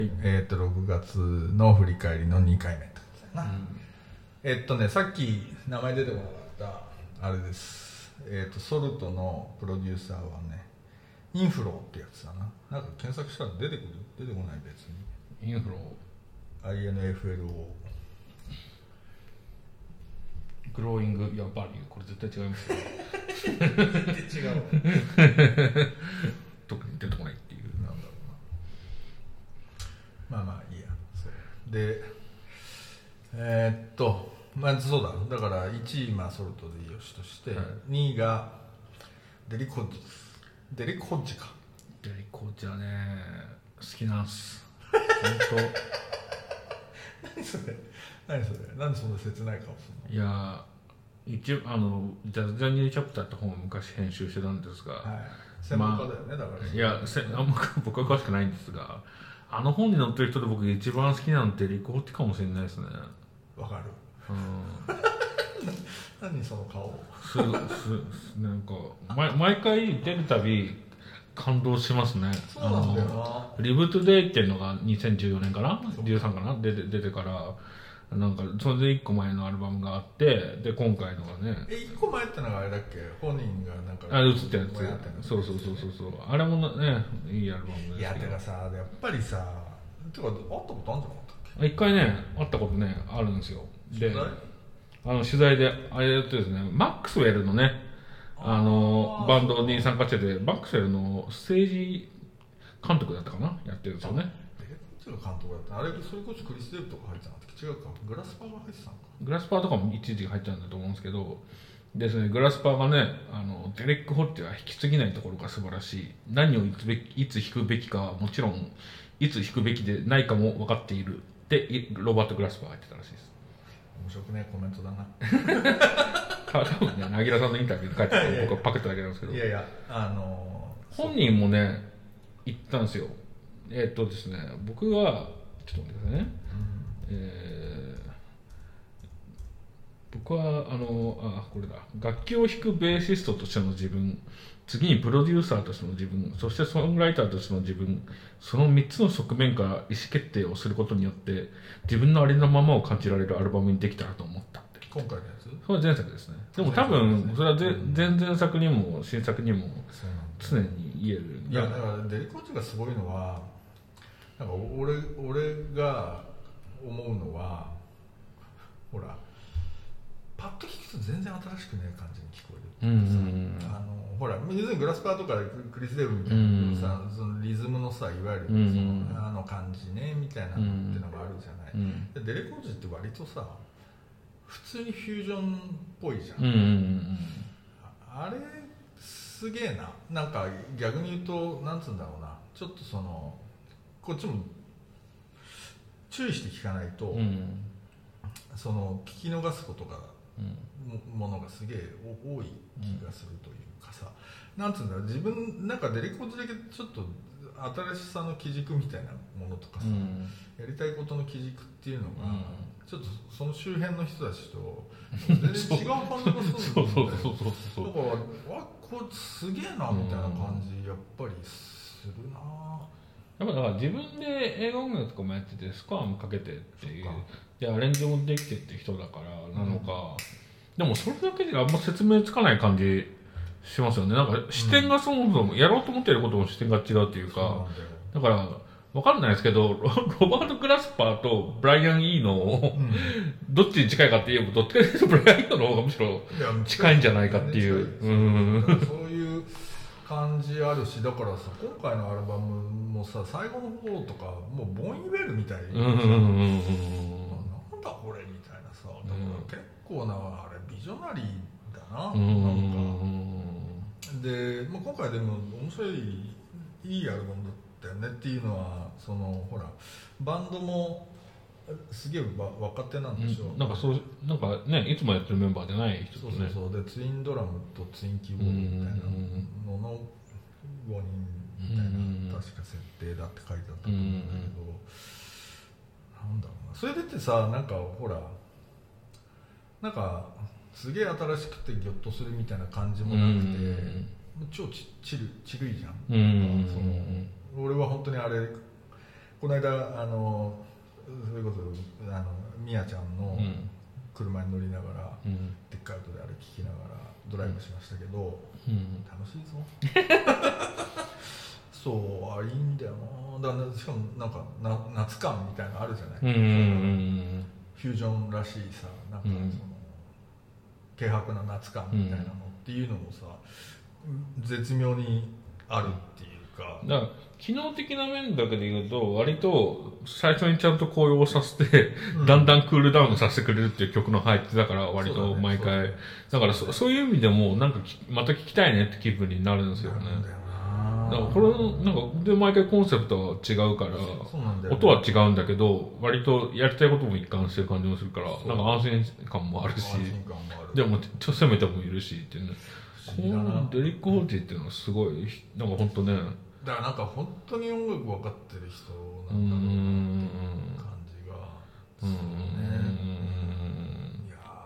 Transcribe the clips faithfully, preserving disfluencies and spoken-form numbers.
えっとろくがつの振り返りのにかいめってことだよな、うん、えっとねさっき名前出てこなかったあれです。えっとソルトのプロデューサーはねインフローってやつだな。なんか検索したら出てくる？出てこない。別にインフロー アイエヌエフエルオーグローイングやバリュー、これ絶対違いますよ絶対違う特に出てこないっていう。 なんだろうな。まあまあいいや。そうでえー、っとまあそうだ、だからいちいまあソルトでよしとして、はい、にいがデリコッジです。デリコッジか。 デリコッジはね好きなんす本当何それ何それ何でそんな切ない顔するの。 いや一あのジャズ・ジャニー・チャプターって本を昔編集してたんですが、はい、 専門家だよね、まあ、だからいやせあんま僕は詳しくないんですが、あの本に載ってる人で僕一番好きなのってデリコッジかもしれないですね。 わかる。 うん何その顔すすなんか毎毎回出るたび感動しますね。 そうなんだよな。 リブトゥデイっていうのがにせんじゅうよねんかなじゅうさんかな出て出てからなんかそれでいっこまえのアルバムがあって、で今回のがねえいっこまえってのがあれだっけ、本人がなんかあれ映ったやつ、そうそうそうそうそう、あれもねいいアルバムですけど。 いやてかさ、やっぱりさ、てか会ったことあるんじゃなかったっけ。一回ね会ったことねあるんですよ。であの取材であれってですね、マックスウェルのねあのバンドに参加してて、マックスウェルのステージ監督だったかなやってるんですよね。 えどっちが監督だったあれ。それこそクリス・デーブとか入ってたのって違うか、グラスパーが入ってたのか。 グラスパーとかも一時入ってたんだと思うんですけどですね、グラスパーがねあのデレック・ホッテは引き継ぎないところが素晴らしい、何をいつべきいつ弾くべきかはもちろんいつ弾くべきでないかも分かっているでロバート・グラスパーが入ってたらしいです。 面白くねコメントだな多分ね凪良さんのインタビューで書いてたの僕はパクっただけなんですけど、 いやいやあのー、本人もね言ったんですよ。えー、っとですね僕はちょっと待ってくださいね、うんえー、僕はあのあこれだ楽器を弾くベーシストとしての自分、次にプロデューサーとしての自分、そしてソングライターとしての自分、そのみっつの側面から意思決定をすることによって自分のありのままを感じられるアルバムにできたらと思ったって。 今回のやつそれは前作ですね。でも多分それは前々作にも新作にも常に言える。 いやだからデリコッチがすごいのはなんか俺俺が思うのはほらパッと聞くと全然新しくねえ感じに聞こえる、うんうんうん、あのほら要するにグラスパーとかクリス・デーブみたいなさ、うんうん、そのリズムのさいわゆるその、うんうん、あの感じねみたいなのってのがあるじゃない、うんうん、でデレコージって割とさ普通にフュージョンっぽいじゃん、うんうんうん、あれすげえな。なんか逆に言うとなんつうんだろうな、ちょっとそのこっちも注意して聞かないと、うん、その聞き逃すことが、うん、ものがすげえ多い気がするというかさ、うん、なんつうんだろう、自分なんかデリコードだけちょっと新しさの基軸みたいなものとかさ、うん、やりたいことの基軸っていうのが、うん、ちょっとその周辺の人たちと全然違う感じがするんだよ。だからわこれすげえなみたいな感じやっぱりするな。 やっぱだから自分で映画音楽とかもやっててスコアもかけてっていうでアレンジもできてって人だからなのか、うん、でもそれだけであんま説明つかない感じしますよね。なんか視点がそもそもやろうと思っていることも視点が違うっていうか、だから分かんないですけど ロ, ロバート・グラスパーとブライアン・イーノを、うん、どっちに近いかって言えばどっちかというとブライアン・イーノの方がむしろ近いんじゃないかっていう、うん、 そういう感じあるし、だからさ今回のアルバムもさ最後の方とかもうボンイベルみたいに、うんうんうんうん、なんだこれみたいなさ、だから結構なあれビジョナリーだな、うん、なんかで、まあ、今回でも面白いいいアルバムだったよねっていうのはそのほらバンドもすげえ若手なんでしょ、 うん、なんかそうなんかねいつもやってるメンバーじゃない人とね、そうそうそうでツインドラムとツインキーボードみたいなののごにんみたいな、うんうん、確か設定だって書いてあったと思うんだけど、うんうん、なんだろうな、それでってさなんかほらなんかすげえ新しくてギョッとするみたいな感じもなくて、うんうん、超ちちるちるいじゃん、うんうん、その俺は本当にあれこの間あのそれこそあのみやちゃんの車に乗りながら、うん、でっかい音であれ聞きながらドライブしましたけど、うん、楽しいぞそうあいいんだよな。だからしかもなんかな夏感みたいなのあるじゃない、うんうんうん、フュージョンらしいさなんかその、うん、軽薄な夏感みたいなのっていうのもさ、うん、絶妙にあるっていうか、 だから機能的な面だけで言うと割と最初にちゃんと高揚させて、うん、だんだんクールダウンさせてくれるっていう曲の配置だから割と毎回 だ,、ね だ, だから そ, そういう意味でもなんかまた聴きたいねって気分になるんですよね。だからこれなんかで毎回コンセプトは違うから、ね、音は違うんだけど割とやりたいことも一貫してる感じもするからなんか安心感もあるしでもちょっと攻めてもいるしっていうね。このデリック・ホーティっていうのはすごいなんか本当ねだからなんか本当に音楽分かってる人なんだろうなっていう感じがするね。い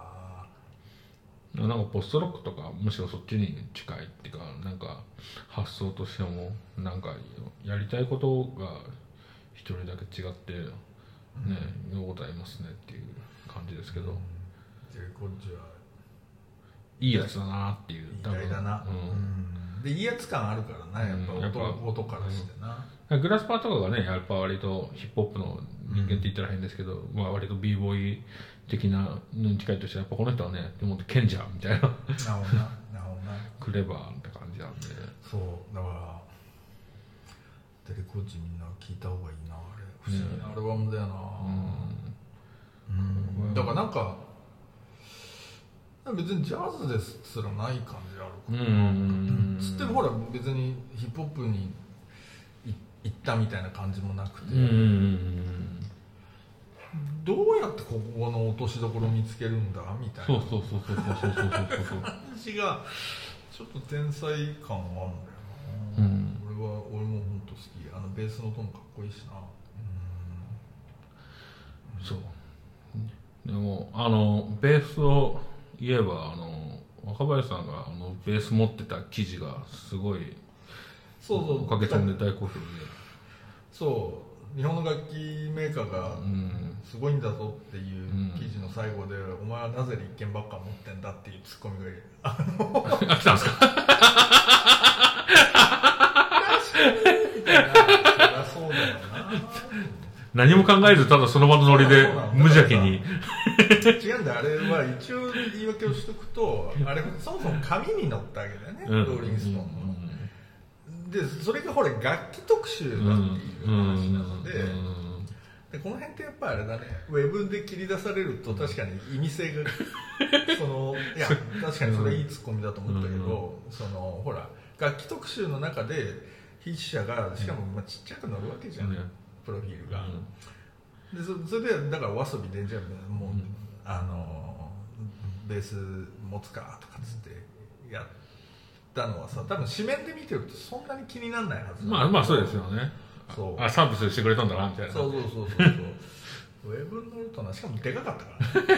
やなんかポストロックとかむしろそっちに近いっていうかなんか発想としてもなんかやりたいことが一人だけ違ってね見事ありますねっていう感じですけど、うん、 ジェリコッチはいいやつだなっていう意外だな、うん、でいいやつ感あるからなやっぱ 音,、うん、やっぱ音からしてな、 うん、グラスパーとかがねやっぱ割とヒップホップの人間って言ったら変ですけど、うんまあ、割と b ボーイ的なのに近いとしてやっぱこの人はねもっと賢者みたいななるほどななるほどなクレバーって感じなんでそうだからデリコッチみんな聞いた方がいいなあれ不思議なアルバムだよな、うんうん、だからなんか別にジャズですらない感じあるから、うん、つってもほら別にヒップホップに行ったみたいな感じもなくて、うん、どうやってここの落としどころ見つけるんだみたいなそうそうそうそうそうそうそう感じがちょっと天才感があるんだよな、うん、俺は俺も本当好きあのベースの音もかっこいいしな、 うん、そうでもあのベースを言えばあの若林さんがあのベース持ってた記事がすごいそうそうおかげさまで大好評でそう日本の楽器メーカーがすごいんだぞっていう記事の最後で、うん、お前はなぜ立憲ばっか持ってんだっていうツッコミがあのあ来たんですかみたいなそりゃそうだよな何も考えずただその場のノリで無邪気に違うんだよあれは一応言い訳をしとくとあれそもそも紙に載ったわけだよね、うん、ローリングストーンの、うん、でそれがほら楽器特集だっていう話なので、うん、でこの辺ってやっぱあれだねウェブで切り出されると確かに意味性がそのいや確かにそれいいツッコミだと思ったけど、うん、そのほら楽器特集の中で筆者がしかもまあちっちゃく載るわけじゃん、うんプロフィールが、うん、で そ, それでだからわさびでんじゃんもう、うん、あのベース持つかとかつってやったのはさ多分紙面で見てるとそんなに気にならないはずまあまあそうですよねそうあサービスしてくれたんだなみたいなそうそうそうそうそうウェブに乗るとなしかもでかかったから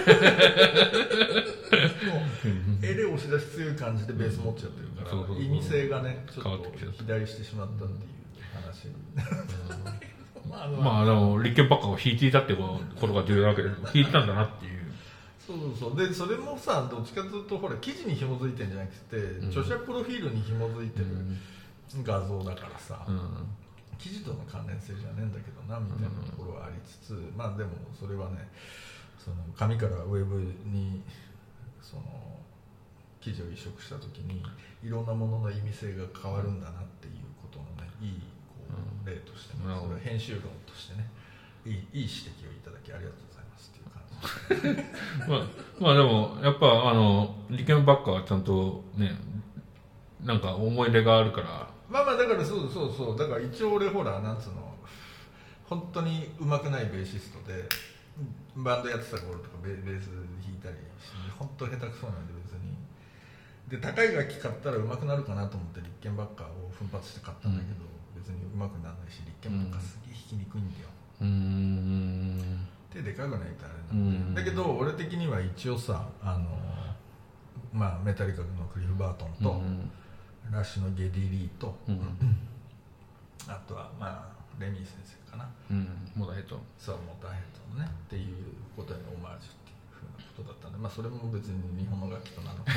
絵で押し出し強い感じでベース持っちゃってるから、うん、意味性がねちょっと肥大してしまったっていう話、うんまあ、まあでも立憲ばっかを引いていたってことが重要なわけで引いてたんだなっていうそうそうそうでそれもさどっちかというとほら記事に紐づいてるんじゃなくて、うん、著者プロフィールに紐づいてる画像だからさ、うん、記事との関連性じゃねえんだけどなみたいなところはありつつ、うん、まあでもそれはねその紙からウェブにその記事を移植した時にいろんなものの意味性が変わるんだなっていうことのねいい例としてね、それは編集論としてねいい、いい指摘をいただきありがとうございますっていう感じまあ、まあでもやっぱあのリケンバッカーはちゃんとねなんか思い出があるからまあまあだからそうそうそうだから一応俺ほらなんつうの本当に上手くないベーシストでバンドやってた頃とかベ, ベース弾いたりして本当下手くそなんで別にで高い楽器買ったら上手くなるかなと思ってリケンバッカーを奮発して買ったんだけど、うん別にうまくならないし立憲とかすげえ弾きにくいんだよ、うん、手でかくないとあれなんで、うん、だけど俺的には一応さあの、まあ、メタリカのクリフ・バートンと、うん、ラッシュのゲディ・リーと、うん、あとはまあレミー先生かな、 うん、モダヘッドそうモダヘッドのねっていうことへのオマージュっていうふうなことだったんで、まあそれも別に日本の楽器と何の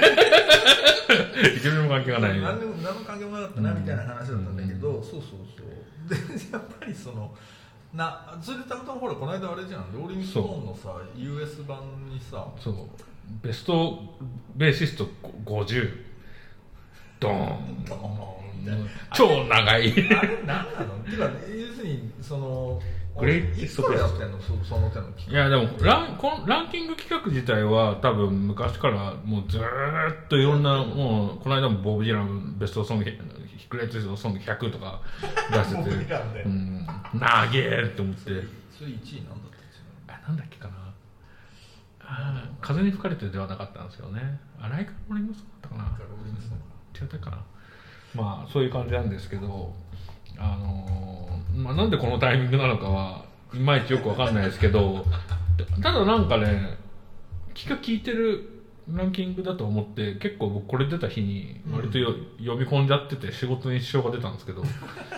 一ミリも関係がない何の何の関係もなかったなみたいな話だったんだけど、うん、そうそうそうでやっぱりそのなそれでたまたまほらこの間あれじゃんローリングストーンのさ ユーエス 版にさそうベストベーシストごじゅうドーンドーン超長いあれ何なのっていうか要するにそのグレイテストベやってんの そ, その手の企画。 いやでもランこランキング企画自体は多分昔からもうずーっといろんなもうこの間もボブ・ディランベストソンググレイテストソングひゃくとか出しててうん、なげーって思ってそれいちいなんだったんですよあなんだっけかなあ風に吹かれてではなかったんですよねあライカローリングソンだったかなローリングソン違ったかなまあそういう感じなんですけどあのーまあ、なんでこのタイミングなのかはいまいちよくわかんないですけどただなんかね気が利いてるランキングだと思って結構僕これ出た日に割とよ、うん、読み込んじゃってて仕事に支障が出たんですけどなる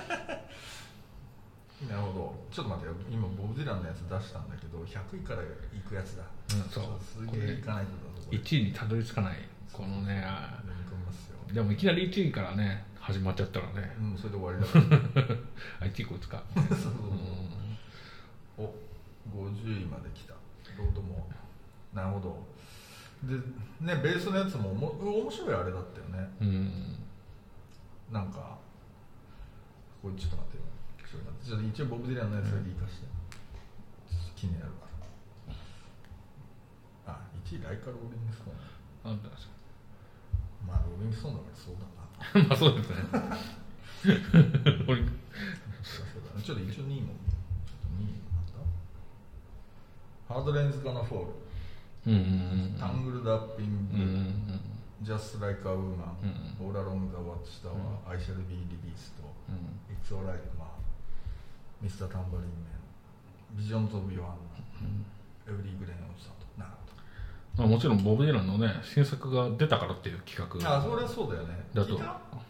ほどちょっと待ってよ今ボブ・ディランのやつ出したんだけどひゃくいからいくやつだ、 うん、そうすげえいかないとだいちいにたどり着かないこのねでもいきなりいちいからね始まっちゃったらねうんそれで終わりだからあいちいこいつかそうそうそう、うん、おごじゅういまで来たロードもなるほどでねベースのやつもも面白いあれだったよねうんなんかこれちょっと待ってよちょっと待ってちょっと一応ボブ・ディランのやつだけ生かして、うん、気になるからあいちいライカ・ローリング・ストーンなんだそれまあローリング・ストーンだからそうだなまあそうですねちょっと一応にいもちょっとにいなんだハードレンズ・ガナ・フォールうんうんうんタングルド・アップ・イン・ブルー Just Like a Woman All Along the Watchtower I Shall Be Released It's Alright Manミスター Tambourine Man Visions of Johanna Every Grain of Sand なるほどまあ、もちろんボブ・ディランのね新作が出たからっていう企画あそれはそうだよねだと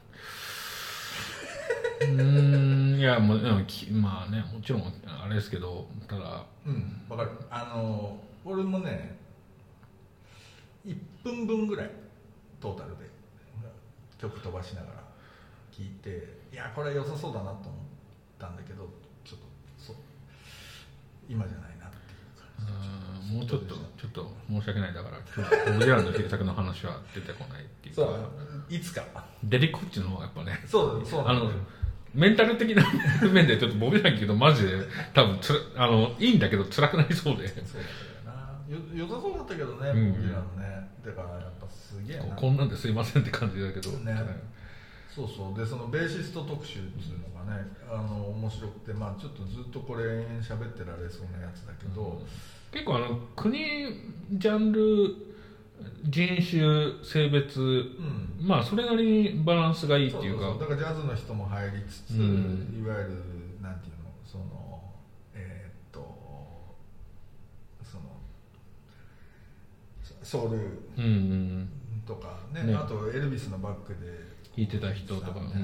うーんいやもうまあねもちろんあれですけどただうんわかるあの俺もねいっぷんぶんぐらいトータルで曲飛ばしながら聴いていやこれ良さそうだなと思ったんだけどちょっとそう今じゃないなっていう感じもうちょっとちょっと申し訳ないだからボブ・ディランの新作の話は出てこないっていうかそういつかデリコッチの方がやっぱねそうそうあのメンタル的な面でちょっとボブ・ディラン聞くとマジで多分つあのいいんだけど辛くなりそうでそうだよなよ良さそうだったけどね、うん、ボブ・ディランねだからやっぱすげえなこんなんですいませんって感じだけどねそうそうでそのベーシスト特集っていうのがねあの面白くてまあちょっとずっとこれ延々喋ってられそうなやつだけど、うん、 結構あの国ジャンル人種性別、うん、まあそれなりにバランスがいいっていうかそうそうそうだからジャズの人も入りつつ、うん、いわゆるなんていうのそのえー、っとそのソウルとかね、うんうん、あとエルビスのバックで弾いてた人とか、うんうん、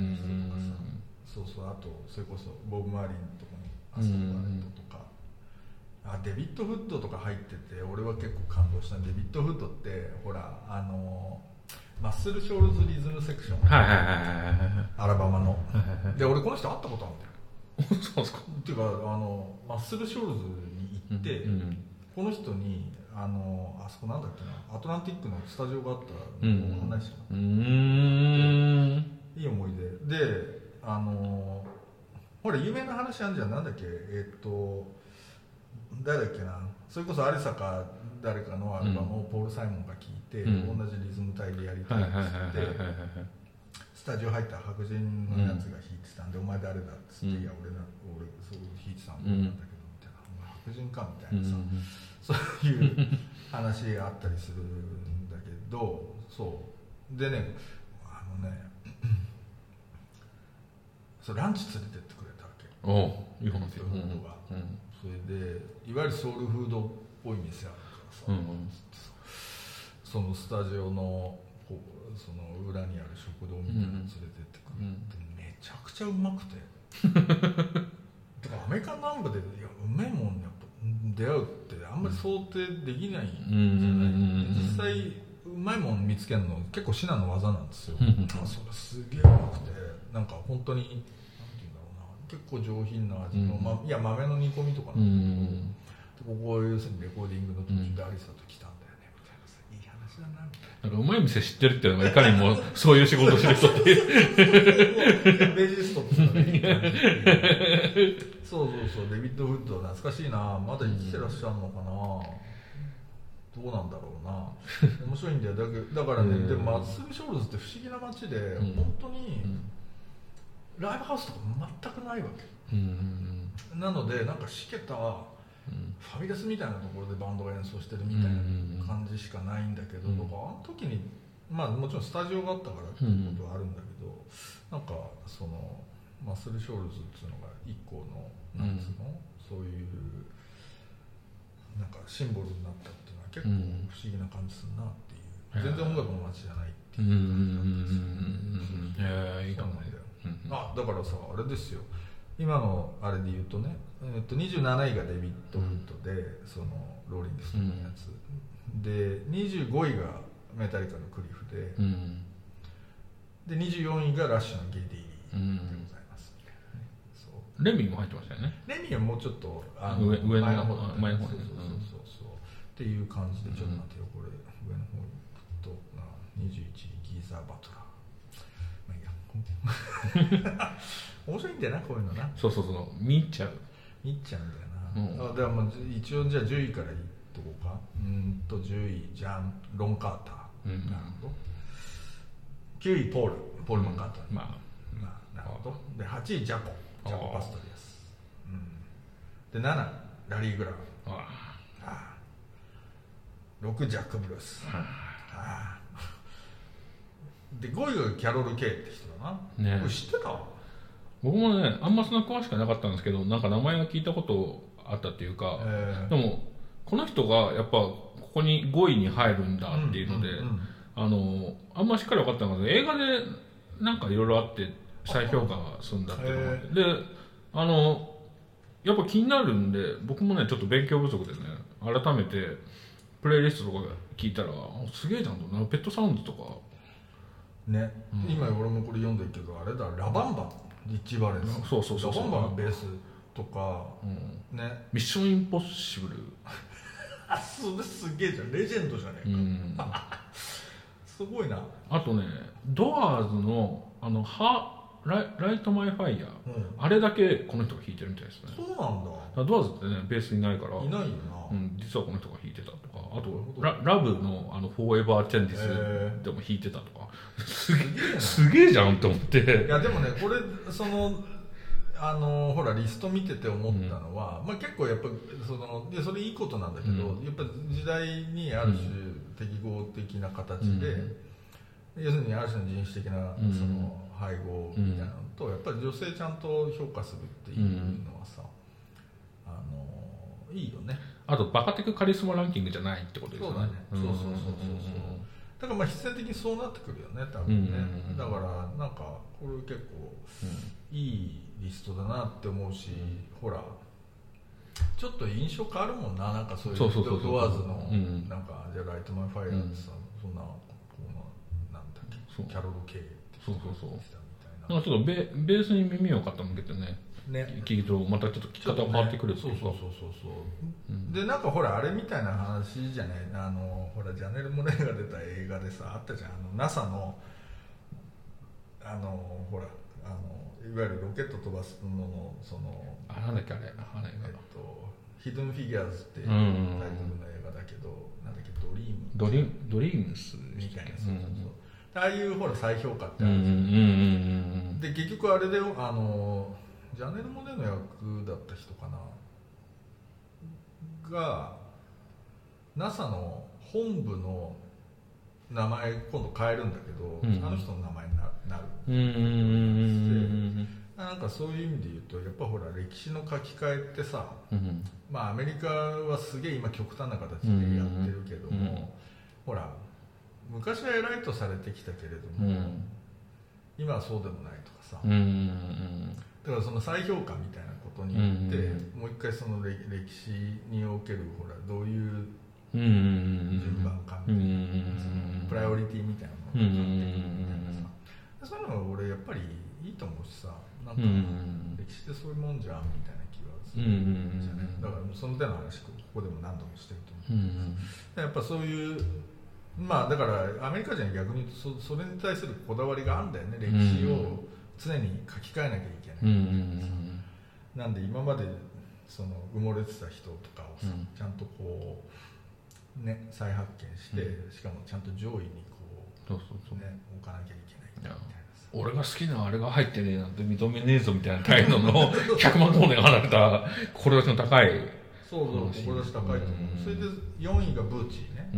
そうそうあとそれこそボブ・マーリンのとこにアストン・バレットとか、うんうん、あデビッド・フッドとか入ってて俺は結構感動したデビッド・フッドってほらあのマッスル・ショールズ・リズムセクション、 はいはいはいはい、 アラバマので俺この人会ったことあるんだよそうですかっていうかあのマッスル・ショールズに行って、うんうん、この人にあのあそこなんだっけなアトランティックのスタジオがあったのを話したの、うん、いい思い出であのほら有名な話あるじゃんなんだっけえっと誰だっけなそれこそアリサか誰かのアルバムをポール・サイモンが聴いて、うん、同じリズム隊でやりたいっつってスタジオ入った白人のやつが弾いてたんで、うん、お前誰だっつって、うん、いや俺な俺そう弾いてたんだけどみたいな、お前白人かみたいなさ、うんそういう話があったりするんだけどそうでねあのねそうランチ連れてってくれたわけおいい話よ、うん、それでいわゆるソウルフードっぽい店あるからさ、うんうん、そのスタジオのこうその裏にある食堂みたいなの連れてってくれて、うん、めちゃくちゃうまくてアメリカ南部でいやうめえもんやっぱ出会うってあんまり想定できないんじゃない、実際うまいもん見つけるの結構至難の技なんですよ。あそれすげえうまくてなんか本当になんていうんだろうな、結構上品な味の、うんま、いや豆の煮込みとかなんだけど、うん、ここ要するにレコーディングの途中でアリサと来たんだよねみたいなさ、いい話だなみたいな。 なんかうまい店知ってるっていうのがいかにもそういう仕事してる人っていうベージストっていうのがいい感じそうそうそう、デビッド・フッド懐かしいな、まだ生きてらっしゃるのかな、どうなんだろうな面白いんだよ。だけだからね、でもマッスルショールズって不思議な街で、うん、本当にライブハウスとか全くないわけ、うん、なのでなんかしけたファミレスみたいなところでバンドが演奏してるみたいな感じしかないんだけど、うん、あの時にまあもちろんスタジオがあったからっていうことはあるんだけど、うん、なんかそのマッスルショールズっていうのが一個のなんつうの、うん、そういうなんかシンボルになったっていうのは結構不思議な感じするなっていう、うん、全然音楽の街じゃないっていう感じなんですよ。いいかもね。あ、だからさあれですよ、今のあれで言うとね、えっと、にじゅうなないがデビッド・フッドで、うん、そのローリングストーンのやつ、うん、でにじゅうごいがメタリカのクリフで、うん、でにじゅうよんいがラッシュのゲディでございます、うんね、そうレミも入ってましたよね。 レミはもうちょっとあの上上の前の方だ、ね、前の方そうそうそうそう、うん、っていう感じで、ちょっと待ってよ、これ上の方とにじゅういちギーザー・バトラー、まあいいや面白いんだよなこういうのな。 そうそうそう、見入っちゃう見入っちゃうんだよな、うん、あではまあ一応じゃあじゅういからいっとこうか。うんとじゅういジャン・ロン・カーター、うん、なるほど。きゅういポールポール・マンカーター、うん、まあ、まあ、なるほど。ではちいジャコジャコ・パストリアス、うん、でななラリー・グラウン、ああろくジャック・ブルース、ああでごいがキャロル・ケイって人だな、ね、これ知ってた？ 僕もねあんまそんな詳しくなかったんですけど、なんか名前が聞いたことあったっていうか、えー、でもこの人がやっぱここにごいに入るんだっていうので、うんうんうん、あのあんましっかり分かったんだけど、映画でなんかいろいろあって再評価が済んだっていうのが、えー、であのやっぱ気になるんで、僕もねちょっと勉強不足でね改めてプレイリストとか聞いたらすげえじゃんと、ペットサウンドとかね、うん、今俺もこれ読んでるけどあれだ、ラバンバリッチー・バレンス、 そうそうそうそう、 ラバンバのベースとか、うん、ね、 ミッションインポッシブルあ、それすげえじゃん、レジェンドじゃねえか、うん、すごいな。 あとねドアーズのあのハライライトマイファイヤー、うん、あれだけこの人が弾いてるみたいですね。 そうなんだ。 ドアーズってねベースいないから、 いないよな、 うん、実はこの人が弾いてたとか、あと ラ, ラブのあのフォーエバーチェンジスでも弾いてたとか、すげえすげえじゃんと思って。 いやでもねこれそのあのほらリスト見てて思ったのは、うん、まあ、結構やっぱそのでそれいいことなんだけど、うん、やっぱ時代にある種適合的な形で、うん、要するにある種の人種的なその配合みたいなのと、やっぱり女性ちゃんと評価するっていうのはさ、あのいいよね。 あとバカテクカリスマランキングじゃないってことですよね。 そうだね、そうそうそうそうそう、だからまあ必然的にそうなってくるよね多分ね、うん、だからなんかこれ結構いいリストだなって思うし、うん、ほらちょっと印象変わるもんな、なんかそういうドアーズのなんかじゃあライトマイファイヤーってさ、うん、そんなこうなんだっけキャロル・ケイってそうそうそう、なんかちょっと ベ, ベースに耳を傾けてねね、聞くとまたちょっと聞き方が変わってくるっていうか、 そうそうそうそうそう、うん、でなんかほらあれみたいな話じゃない、あのほらジャネル・モレが出た映画でさあったじゃん、あの ナサ のあのほらあのいわゆるロケット飛ばすののそのあなんだっけあれあれ、 えっと、ヒドゥン・フィギュアーズっていうタイトルの映画だけど、うんうん、なんだっけドリームドリドリームスみたいな、そうそうそう、うん、ああいうほら再評価ってあるじゃん、うんうんうん、で結局あれであのジャネル・モネの役だった人かなが ナサ の本部の名前今度変えるんだけど、うん、あの人の名前に な, なるうん、なんかそういう意味で言うとやっぱほら歴史の書き換えってさ、うん、まあアメリカはすげえ今極端な形でやってるけども、うん、ほら昔は偉いとされてきたけれども、うん、今はそうでもないとかさ、うん、だからその再評価みたいなこことによって、うん、もう一回その歴史におけるほらどういう順番かみたいな、うん、プライオリティみたいなのが決まってくるみたいなさ、そういうのが俺やっぱりいいと思うしさ、なんか歴史ってそういうもんじゃんみたいな気はするじゃない。だからその手の話ここでも何度もしてると思う、うん、やっぱそういうまあだからアメリカ人は逆に言うと そ, それに対するこだわりがあるんだよね。歴史を常に書き換えなきゃいけない、うん、なんで今までその埋もれてた人とかをさ、うん、ちゃんとこうね再発見して、うん、しかもちゃんと上位にこう、そうそうそう、ね、置かなきゃいけないみたいな。 俺が好きなあれが入ってねえなんて認めねえぞみたいな態度のひゃくまん光年離れた志の高い、 そうそう志高いと思う、うん、それでよんいがブーチーね、 うん、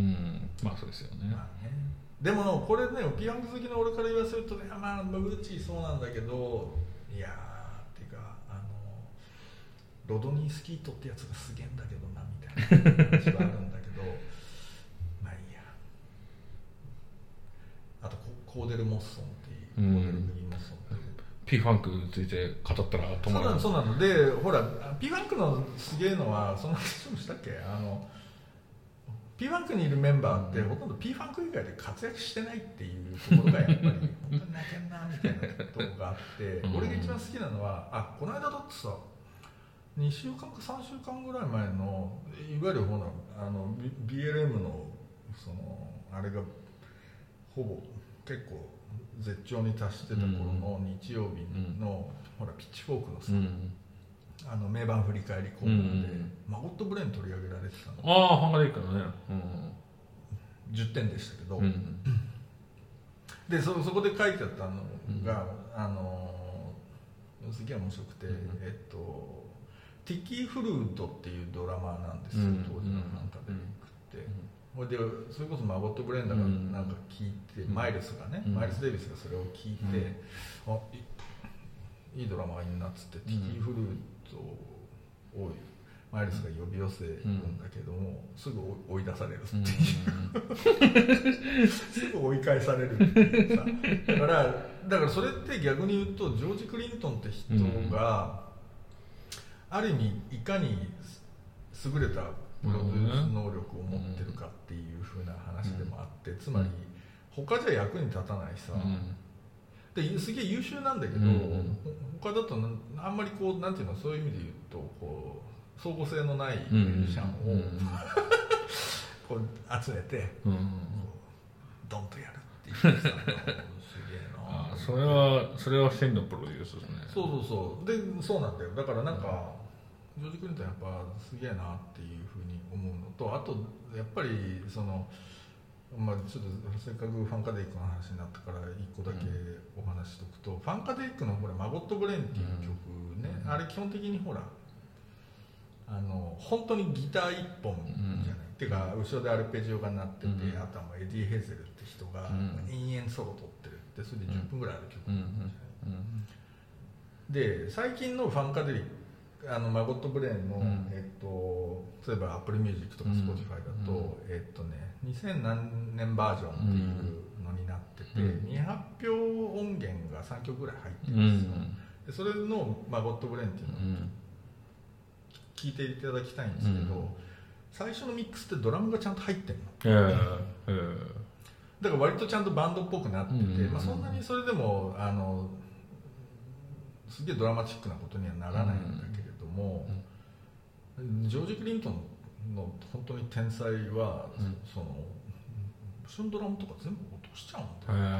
まあそうですよね、まあ、ねでもこれねピーファンク好きの俺から言わせるとね、まあブーチーそうなんだけど、いやーっていうかあのロドニー・スキートってやつがすげえんだけどなみたいな話はあるんだけどまあいいや。あとコーデル・モッソンっていう、うん、コーデル・グリー・モッソンっていう P ファンクについて語ったら止まらない。 そうなの、そうなのでほら P ファンクのすげえのはそんな話もしたっけ、あのP ファンクにいるメンバーってほとんど P ファンク以外で活躍してないっていうところがやっぱり本当に泣けんなみたいなところがあって俺が一番好きなのはあこの間だってさにしゅうかんかさんしゅうかんぐらい前のいわゆるほらあの ビーエルエム のそのあれがほぼ結構絶頂に達してた頃の日曜日の、うん、ほらピッチフォークのさ、うんあの名盤振り返りコーナーで、うん、マゴット・ブレーン取り上げられてたの。 ああファンガディックのね、うん、 じゅってんでしたけど、うん、で そ, そこで書いてあったのが、うん、あのすげえ面白くて、うん、えっとティッキー・フルードっていうドラマーなんですよ、うん、当時のファンガディックって、うん、でそれこそマゴット・ブレーンだからなんか聞いて、うん、マイルスがね、うん、マイルス・デイビスがそれを聞いて、うん、あいいいドラマがいいなっつって、ティッキー・フルードをマイルスが呼び寄せるんだけども、うん、すぐ追い出されるっていう、うん、すぐ追い返されるっていうさだからだからそれって逆に言うとジョージ・クリントンって人が、うん、ある意味いかに優れたプロデュース能力を持ってるかっていう風な話でもあって、つまり他じゃ役に立たないさ、うんですげえ優秀なんだけど、うん、他だとあんまりこうなんていうのそういう意味で言うとこう相互性のないミュージシャンを、うん、こう集めて、うん、ドンとやるっていうさすげえなあそれはそれは真のプロデュースですね。 そうそうそうでそうなんだよ。だからなんか、うん、ジョージ・クリントンやっぱすげえなっていうふうに思うのとあとやっぱりそのまあ、ちょっとせっかくファンカデイックの話になったから一個だけお話しとくと、うん、ファンカデイックのほらマゴット・ブレーンっていう曲ね、うん、あれ基本的にほらあの本当にギター一本じゃない、うん、っていうか後ろでアルペジオが鳴ってて、うん、あとはエディ・ヘゼルって人が延々ソロ取ってるってそれでじゅっぷんぐらいある曲じゃない、うんうん、で最近のファンカデイックあのマゴット・ブレーンの、うんえっと、例えば Apple Music とか Spotify だと、うんえっとね、にせんなんねんバージョンっていうのになってて、うん、未発表音源がさんきょくぐらい入ってるんですよ、うん、でそれのマゴット・ブレーンっていうのを聞いていただきたいんですけど、うん、最初のミックスってドラムがちゃんと入ってるの、えーえー、だから割とちゃんとバンドっぽくなってて、うんまあ、そんなにそれでもあのすげえドラマチックなことにはならないんだけれども、うん、ジョージ・クリントンの本当に天才は、うん、その後ろのドラムとか全部落としちゃうんだよ、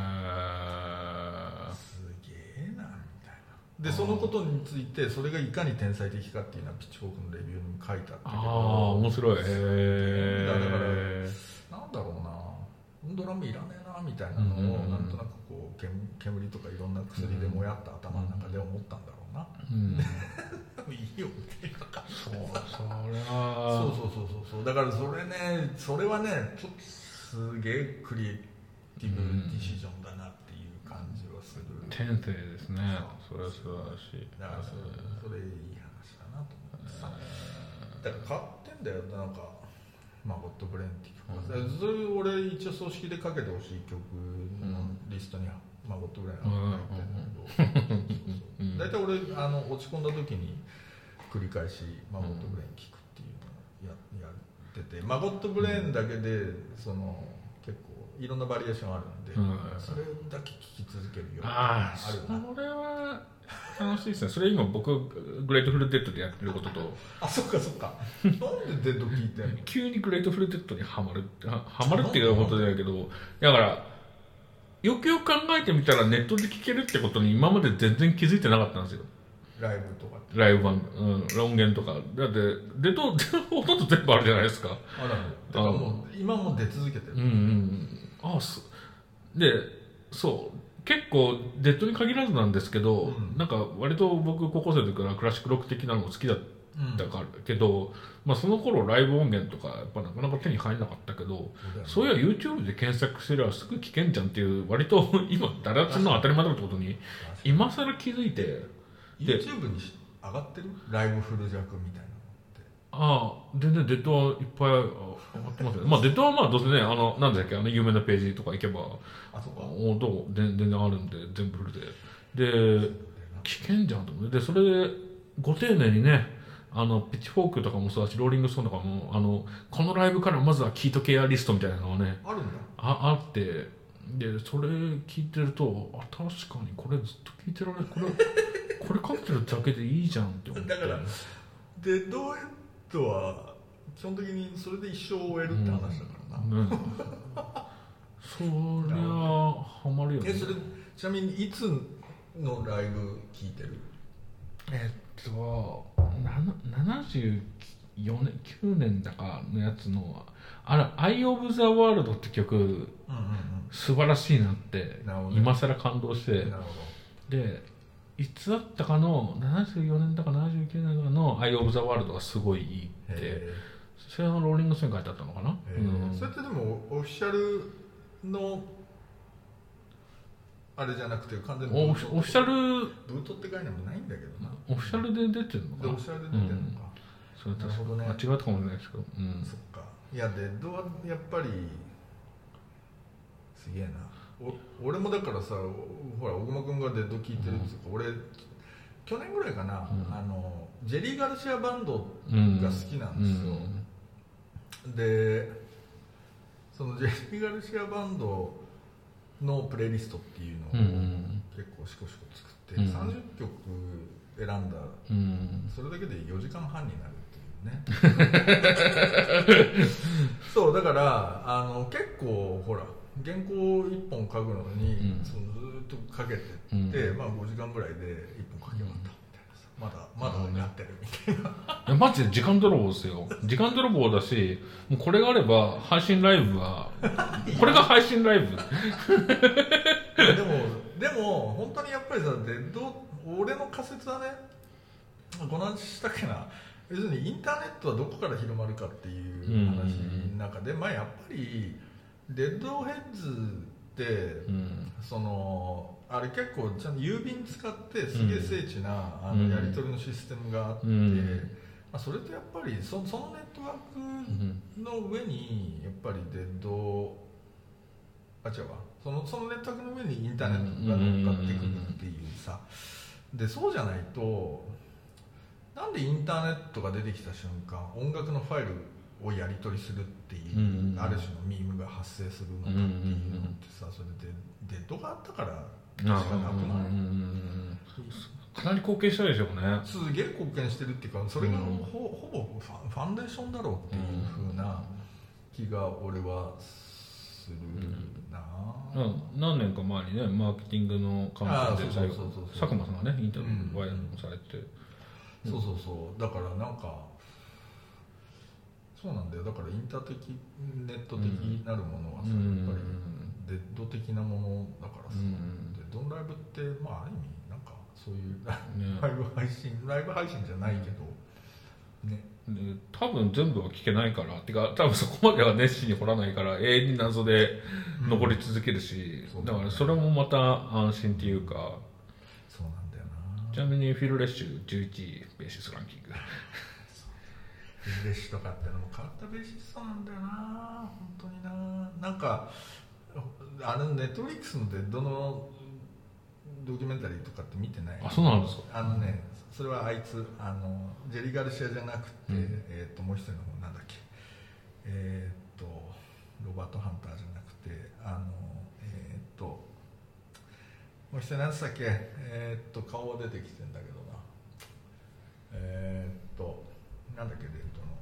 えー、すげえなみたいな。でそのことについてそれがいかに天才的かっていうのはピッチフォークのレビューにも書いてあったけど、ああ面白い、 えー、だからなんだろうなドラムいらねえなみたいなのを、うん、なんとなくこう 煙, 煙とかいろんな薬でもやった頭の中で思ったんだろうな、うん、いいよみたいなそうそれはそうそうそうそうだからそれねそれはねちょっとすげえクリエイティブディシジョンだなっていう感じはする、 うん、天性ですね。それは素晴らしい。 だからそれ、それいい話だなと思ってさ、だから買ってんだよなんかマゴット・ブレーンっていう曲、うん、それ俺一応葬式でかけてほしい曲のリストにマゴットブレーンやってるんだけど、大体俺あの落ち込んだ時に繰り返しマゴットブレーン聞くっていうのを や, やってて、マゴットブレーンだけでその結構いろんなバリエーションあるんで、うん、それだけ聞き続けるようなああるな。それは楽しいですね。それ今僕グレートフルデッドでやってることとあ、そっかそっかなんでデッド聞いてんの急にグレートフルデッドにハマるはハマるっていうことじゃないけど、だからよくよく考えてみたらネットで聞けるってことに今まで全然気づいてなかったんですよ。 ライブとかライブ版、うん、音源とかだってデッドほとんど全部あるじゃないですか。 あら、だからもう今も出続けてる。 うんうんあそでそう結構デッドに限らずなんですけど、うん、なんか割と僕高校生の時からクラシックロック的なのも好きだったから、うん、けど、まあ、その頃ライブ音源とかやっぱなかなか手に入らなかったけど、そういや YouTube で検索すればすぐ聞けんじゃんっていう割と今だらつの当たり前だってことに今更気づいて YouTube に上がってるライブフルジャクみたいな。 ああ、全然デッドはいっぱい上がってますよね。まあデッドはまあどうせね、あの、なんだっけ、あの有名なページとか行けば、 あ、そうか。 おどう全然あるんで、全部フルで。で、危険じゃんと思って。で、それで、ご丁寧にね、あの、ピッチフォークとかもそうだし、ローリングストーンとかも、あの、このライブからまずは聞いとけやリストみたいなのがね、 あるんだ。 あ、あって、で、それ聞いてると、あ、確かにこれずっと聞いてられる。これ、これかけてるだけでいいじゃんって思って。 だから、デッドヘッドは基本的にそれで一生終えるって話だからな、うん、ね、そりゃハマるよね。え、それちなみにいつのライブ聴いてる？ えっとななじゅうよねんきゅうねんだかのやつのあれ「アイ・オブ・ザ・ワールド」って曲、うんうんうん、素晴らしいなって今更感動して、なるほど。でいつだったかのななじゅうよねんだかななじゅうきゅうねんだかの「アイ・オブ・ザ・ワールド」がすごいいいって、それはローリングストーンに書いてあったのかな、 うん、それってでもオフィシャルのあれじゃなくて完全にオフィシャルブートって概念もないんだけどな。 オフィシャルで出てるのかな。 オフィシャルで出てるのか、 うん、それなるほどね。間違ったかもしれないですけど、うん、 そっか。いやデッドはやっぱりすげえな。お俺もだからさ、ほら小熊君がデッド聴いてるっていうか、うん、俺去年ぐらいかな、うん、あのジェリー・ガルシアバンドが好きなんですよ、うん、でそのジェリー・ガルシアバンドのプレイリストっていうのを結構シコシコ作って、うん、さんじゅっきょく選んだ、うん、それだけでよじかんはんになるっていうねそうだからあの結構ほら原稿いっぽん書くのに、うん、そのずっとかけてって、うん、まあごじかんぐらいでいっぽん書き終わったみたいなさ、まだまだやってるみたいな、 いやマジで時間泥棒ですよ。時間泥棒だし、もうこれがあれば配信ライブはこれが配信ライブでもでも本当にやっぱりさ、でど俺の仮説はね、この話したっけな、要するにインターネットはどこから広まるかっていう話の中で、まあやっぱりデッドヘッズって、うん、そのあれ結構ちゃんと郵便使ってすげえ精緻な、うん、あのやり取りのシステムがあって、うん、まあ、それってやっぱり そ, そのネットワークの上にやっぱりデッドあ違うわそのそのネットワークの上にインターネットが乗っかってくるっていうさ、でそうじゃないとなんでインターネットが出てきた瞬間音楽のファイルをやり取りするっていう、うんうん、ある種のミームが発生するのかっていうのってさ、それでデッドがあったからしかなくない、うんうん、 かなり貢献したでしょうね。 すげえ貢献してるっていうか、それが ほ,、うん、ほぼファンデーションだろうっていう風な気が俺はするな、 うんうん、何年か前にねマーケティングの関係で最後佐久間さんがねインタビューワイヤーもされて、 うん、そうそうそうだからなんかそうなんだよ。だからインター的ネット的なるものはさ、うん、やっぱりデッド的なものだからさ、うん、デッドのライブってまあある意味なんかそういうライブ配信、ライブ配信じゃないけどね、 で多分全部は聞けないからてか多分そこまでは熱心に掘らないから永遠に謎で残り続けるし、うん、だからそれもまた安心っていうか、 そうなんだよな。 ちなみにフィル・レッシュじゅういちいベーシスランキングフィル・レッシュとかってのも変わったベーシストなんだよな本当にな。なんかあのネットフリックスのデッドのドキュメンタリーとかって見てない。 あ、そうなんですか。 あのね、それはあいつあのジェリー・ガルシアじゃなくて、うん、えー、ともう一人の方なんだっけ、えー、とロバート・ハンターじゃなくて、あのえー、ともう一人何つったっけ、えー、と顔は出てきてんだけどな、えー、となんだっけ、レッドの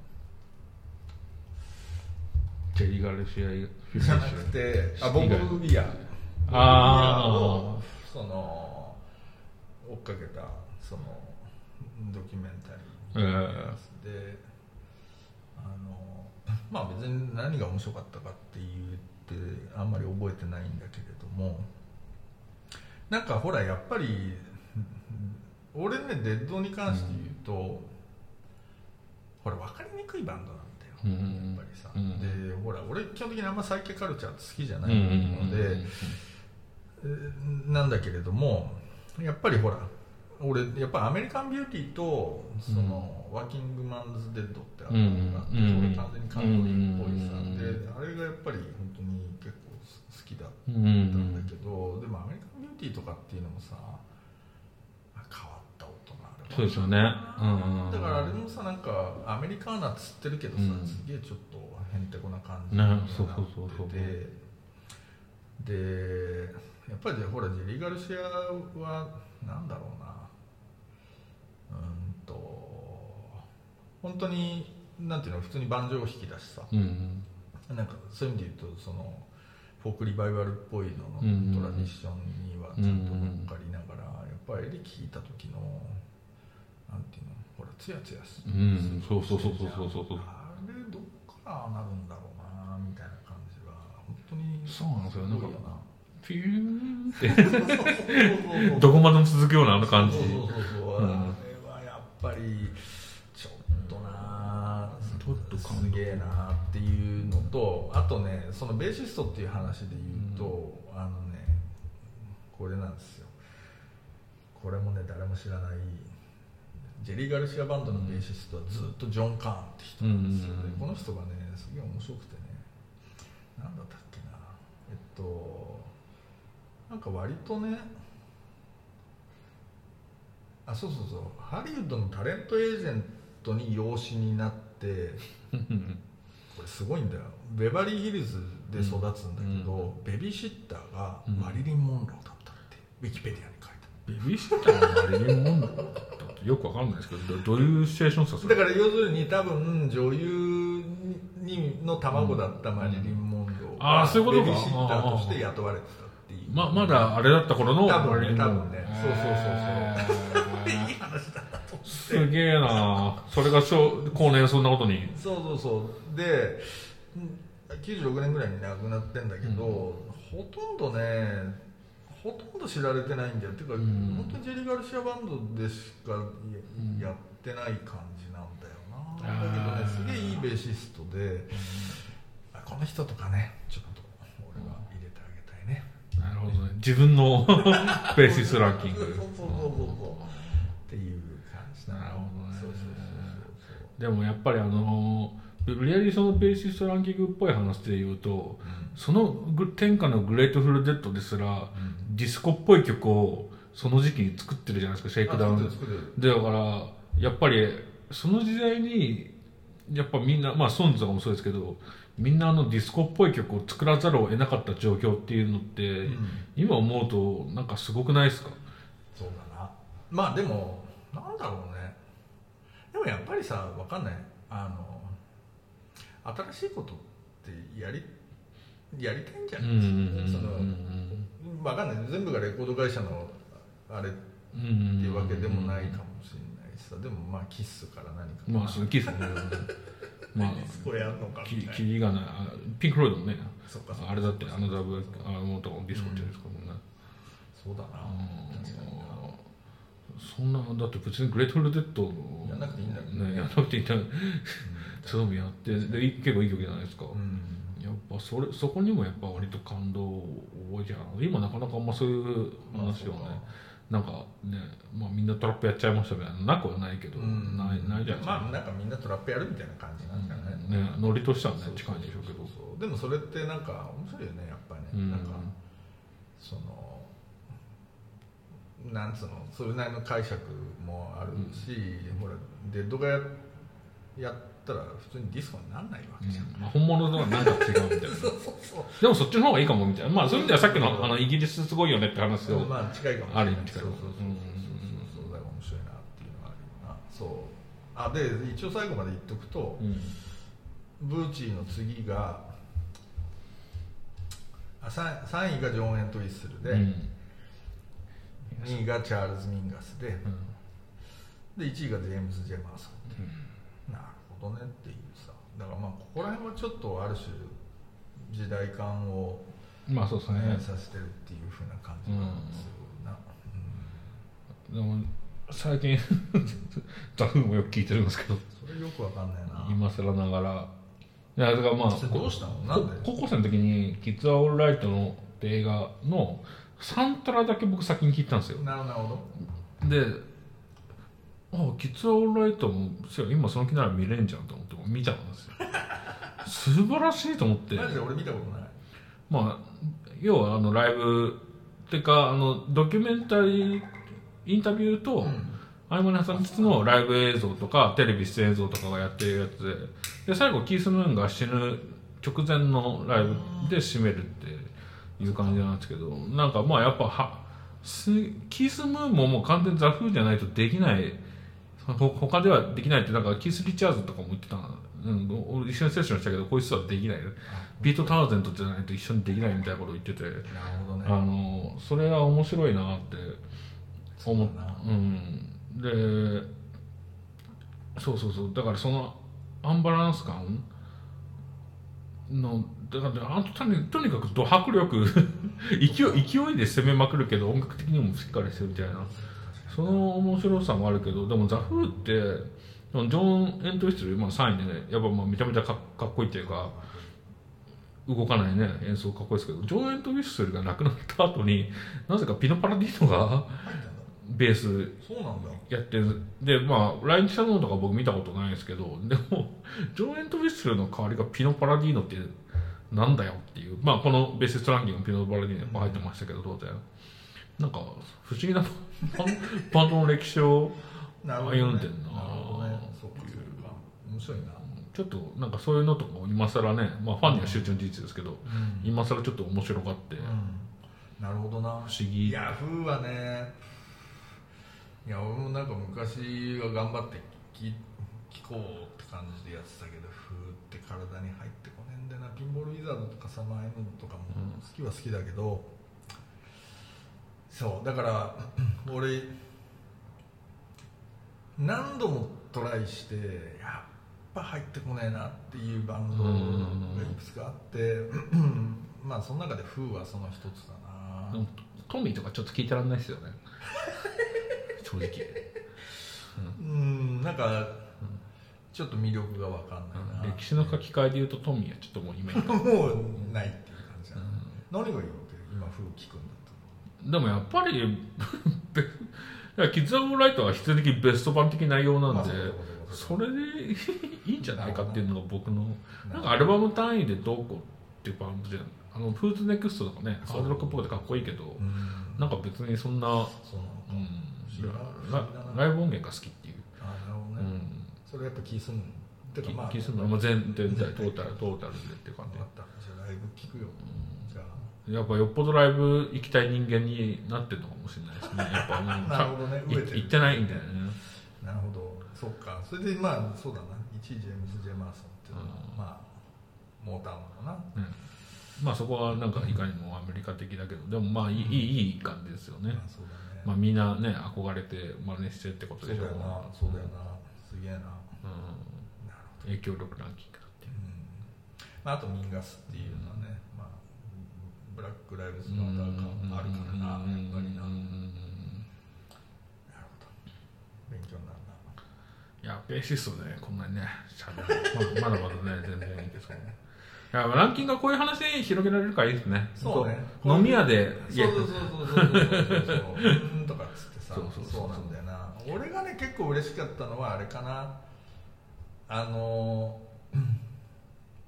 ジェリー・ガルシアじゃなくて、あ、ボブ・ウィアあをその追っかけたそのドキュメンタリーのやつで、えー、あのまあ別に何が面白かったかって言ってあんまり覚えてないんだけれども、なんかほらやっぱり俺ね、デッドに関して言うと、うん、ほら分かりにくいバンドなんだよ、うん、やっぱりさ、うん、でほら俺基本的にあんまサイケカルチャーって好きじゃないので、なんだけれども、やっぱりほら俺やっぱアメリカンビューティーとその、うん、ワーキングマンズデッドってあるのがあって、うん、俺完全にカントリーっぽいさ、うん、であれがやっぱり本当に結構好きだったんだけど、うん、でもアメリカンビューティーとかっていうのもさ変わった音がある。 そうですよね、うん、 だからあれもさ、なんかアメリカーナっつってるけどさ、うん、すげえちょっとへんてこな感じになってて、 ね、そうそうそうそうでやっぱりほらジェリー・ガルシアはなんだろうな、うんと本当になんていうの、普通にバンジョーを弾き出しさ、うんうん、なんかそういう意味で言うとそのフォークリバイバルっぽいののトラディションにはちゃんと乗っかりながら、やっぱりエレキ弾いた時のなんていうの、ほらツヤツヤする、うん、 そうそうそうそうそうそう、 あれどっからなるんだろうなみたいな感じは本当にそうなんですよ。なんかピューンってどこまでも続くようなあの感じ。そうそうそうそう、うん、あれはやっぱりちょっとな、ちょっとすげえなっていうのと、あとね、そのベーシストっていう話で言うと、うん、あのねこれなんですよ。これもね誰も知らないジェリー・ガルシアバンドのベーシストはずっとジョン・カーンって人なんですよ、ね、うんうんうん、この人がねすげえ面白くてね、なんだったっけな、えっとなんか割とね、あ、そうそうそう、ハリウッドのタレントエージェントに養子になってこれすごいんだよ、ベバリーヒルズで育つんだけど、うん、ベビーシッターがマリリン・モンローだったって、うん、ウィキペディアに書いてある。 ベビーシッターがマリリン・モンローだったってよくわかんないですけど、どういうシチュエーションですかそれ。 だから要するに多分女優にの卵だったマリリン・モンローが、うん、ベビーシッターとして雇われてた。 ま, まだあれだった頃の多分ね、多分ね、そうそうそうそういい話だなと思って、 すげえな、それが後年そんなことに。 そうそうそうできゅうじゅうろくねんぐらいに亡くなってんだけど、うん、ほとんどねほとんど知られてないんだよ。っていうか、うん、本当にジェリー・ガルシアバンドでしかやってない感じなんだよな、うん、だけどねすげえいいベーシストで、うん、この人とかねちょっと俺は入れてあげたいね。 なるほどね、自分のベーシスランキング。そうそうそうそうっていう感じ。 なるほどね。そうそうそうそう。でもやっぱりあの無理やりそのベーシストランキングっぽい話で言うと、うん、その天下のグレートフルデッドですら、うん、ディスコっぽい曲をその時期に作ってるじゃないですか、シェイクダウンで。だからやっぱりその時代にやっぱみんな、まあソンズとかもそうですけど、みんなあのディスコっぽい曲を作らざるを得なかった状況っていうのって、うん、今思うとなんかすごくないですか。 そうだな。まあでもなんだろうね、でもやっぱりさ分かんない、あの新しいことってやりやりたいんじゃないですか。その分かんない、全部がレコード会社のあれっていうわけでもないかもしれないしさ、でもまあキッスから何かまあそのキッスねまあ、 そこやんのかみたいな。 キリがない、ピンク・フロイドもね、そっかそっか、あれだってあのダブあのとこディスコって言うんですかもんね。 そうだな。 そんなだって別にグレートフルデッドやんなくていいんだよね。やんなくていいんだよ。そうやってで結構いい曲じゃないですか。うん、やっぱそれそこにもやっぱ割と感動多いじゃん。今なかなかあんまそういう話をね。なんかね、まあ、みんなトラップやっちゃいましたみたいな、なくはないけど、うん、ないないじゃないですか。 まあなんかみんなトラップやるみたいな感じなんかね。 うん、ね、ノリとしてはね近いんでしょうけど。 そうそうそう、でもそれってなんか面白いよねやっぱりね。うん、なんかそのなんつうのそれなりの解釈もあるし、うん、ほらデッドが や, やったら普通にディスコにならないわけじゃん、 うんまあ、本物とは何か違うみたいなそうそうそうでもそっちの方がいいかもみたいな、まあそういう意味ではさっき の, あのイギリスすごいよねって話を、 まあ近いかもしれない、 ある意味近いかもそうそうそうそうそうだから面白いなっていうのがあるよな。そうあで一応最後まで言っとくと、うん、ブーチーの次があ 3, さんいがジョン・エント・ウィッスルで、うん、にいがチャールズ・ミンガスで、うん、でいちいがジェームズ・ジェマーソン、うん、なるほどねっていうさ。だからまあここら辺はちょっとある種時代感をまあそうですねさせてるっていう風な感じなんですよな、 うんうん、でも最近ザフーもよく聞いてるんですけどそれよくわかんないな今更ながらいやだからまあどうしたのなんで高校生の時にキッズ・ア・オールライトの映画のサントラだけ僕先に聞いたんですよ。 なるほどであキッズ・ア・オールライトも今その気なら見れんじゃんと思って見ちゃうんですよ素晴らしいと思ってマジで俺見たことない。 まあ要はあのライブっていうかあのドキュメンタリーインタビューと、うん合間に挟みつつのライブ映像とかテレビ出演映像とかがやってるやつで、で最後キース・ムーンが死ぬ直前のライブで締めるっていう感じなんですけど、なんかまあやっぱはキース・ムーンももう完全にザ・フーじゃないとできない他ではできないってなんかキース・リチャーズとかも言ってた、うん、一緒にセッションしたけどこいつはできないピート・タウゼントじゃないと一緒にできないみたいなことを言ってて、なるほど、ね、あのそれは面白いなって思った。うんでそうそうそうだからそのアンバランス感のだからあととにかくド迫力勢い勢いで攻めまくるけど音楽的にもしっかりしてるみたいなその面白さもあるけどでもザ・フーってジョン・エント・ウィッスル、まあ、さんいでねやっぱまあめちゃめちゃ か, かっこいいっていうか動かないね演奏かっこいいですけどジョン・エント・ウィッスルが亡くなった後になぜかピノ・パラディーノがベースやってるでまあ来日したのとか僕見たことないですけどでもジョン・エント・ウィッスルの代わりがピノ・パラディーノってなんだよっていうまあこのベーシストランキングピノ・パラディーノも入ってましたけど当然なんか不思議なバンドの歴史を歩んでんなっていう面白いなちょっとなんかそういうのとか今更ねまあファンには集中の事実ですけど、うん、今更ちょっと面白がって、うん、 なるほどな不思議ヤフーはねいや俺もなんか昔は頑張って聴こうって感じでやってたけどふーって体に入ってこねんでなピンボールウィザードとかサマーエムとかも好きは好きだけど、うん、そうだから俺何度もトライしてやっぱ入ってこねえなっていうバンドがいくつかあって、うん、まあその中でフーはその一つだな。 でもトミーとかちょっと聞いてらんないですよね正直うん、うんなんかちょっと魅力が分かんないな、 うん、歴史の書き換えでいうとトミーはちょっともうイメージもうないっていう感じだ、うん、何がいいわけ今風聞くんだったでもやっぱりキッズ・ア・オールライトは必然的にベスト版的内容なんで、まあ、それでいいんじゃないかっていうのが僕のなんかアルバム単位でどうこうっていうバンドじゃんあのフーズネクストとかねハードロックっぽくてかっこいいけど、うん、なんか別にそんなそうなのか、うん、ラ, ライブ音源が好きっていうあなるほどね、うん、それやっぱキースムーンてかまあキースムーン、まあ、全全体トータルトータルでっていう感じじゃあライブ聞くよ、うん、じゃあやっぱよっぽどライブ行きたい人間になってるのかもしれないですねやっぱなるほどね飢えてる行ってないんだよねなるほどそっかそれでまあそうだないちいジェームズ・ジェマーソンっていうのは、うん、まあモータウンかな、うんまあそこはなんかいかにもアメリカ的だけどでもまあいい、うん、いい感じですよね、まあそうだねまあ、みんなね憧れて真似してってことでしょそうだよなそうだよな、うん、すげえな、うん、 なるほど影響力ランキングっていう、うんまあ、あとミンガスっていうのはね、うんまあ、ブラックライブズマター感あるからな、やっぱりな、なるほど勉強になるな。 いやベーシストでねこんなにねしゃべるまだまだね全然いいですけどねいやランキングがこういう話で広げられるからいいですね。 そうね。 飲み屋でそうそうそうそうそうそうそううんとかっつってさそうそうそうそうなんだよな。俺がね結構嬉しかったのはあれかなあの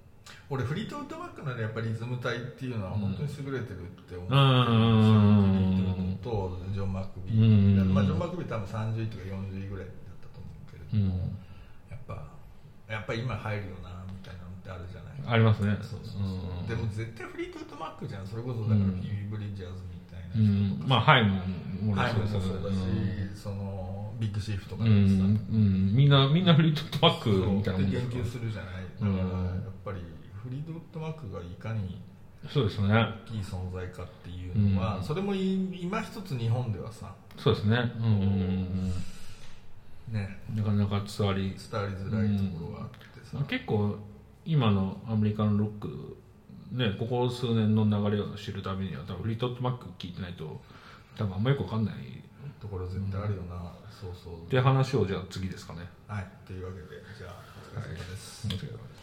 俺フリートウッドマックのやっぱりリズム隊っていうのは本当に優れてるって思ってるんですよ、 うんフリートウッドとジョン・マクビうー、 んまあ、ジョン・マクビー多分さんじゅういとかよんじゅういぐらいだったと思うけれども、 うんやっぱやっぱ今入るよなみたいなのってあるじゃない。 ありますね。 そうそうそう、 うん、 でも絶対フリートウッドマックじゃん。それこそだからフィービー・ブリッジャーズみたいなう人とか、 ん、まあハイももハイムもそそううだし、 うんそのビッグシフトとかうんうん、みんなみんなフリートウッドマックみたいなもん言ですから及するじゃない。だからやっぱりフリートウッドマックがいかにそうですね。 大きい存在かっていうのは、 うん、 それも今一つ日本ではさ、 そうですね。うんうんうん、 ね、 なかなか伝わり伝わりづらいところがあってさ、 うん、結構今のアメリカのロックね、ここ数年の流れを知るためには多分フリートウッドマック聞いてないと多分あんまよくわかんないところ絶対あるよな、うん、そうそうって話をじゃあ次ですかね。 はい、というわけでじゃあお疲れ様です、 はい、お疲れ様です。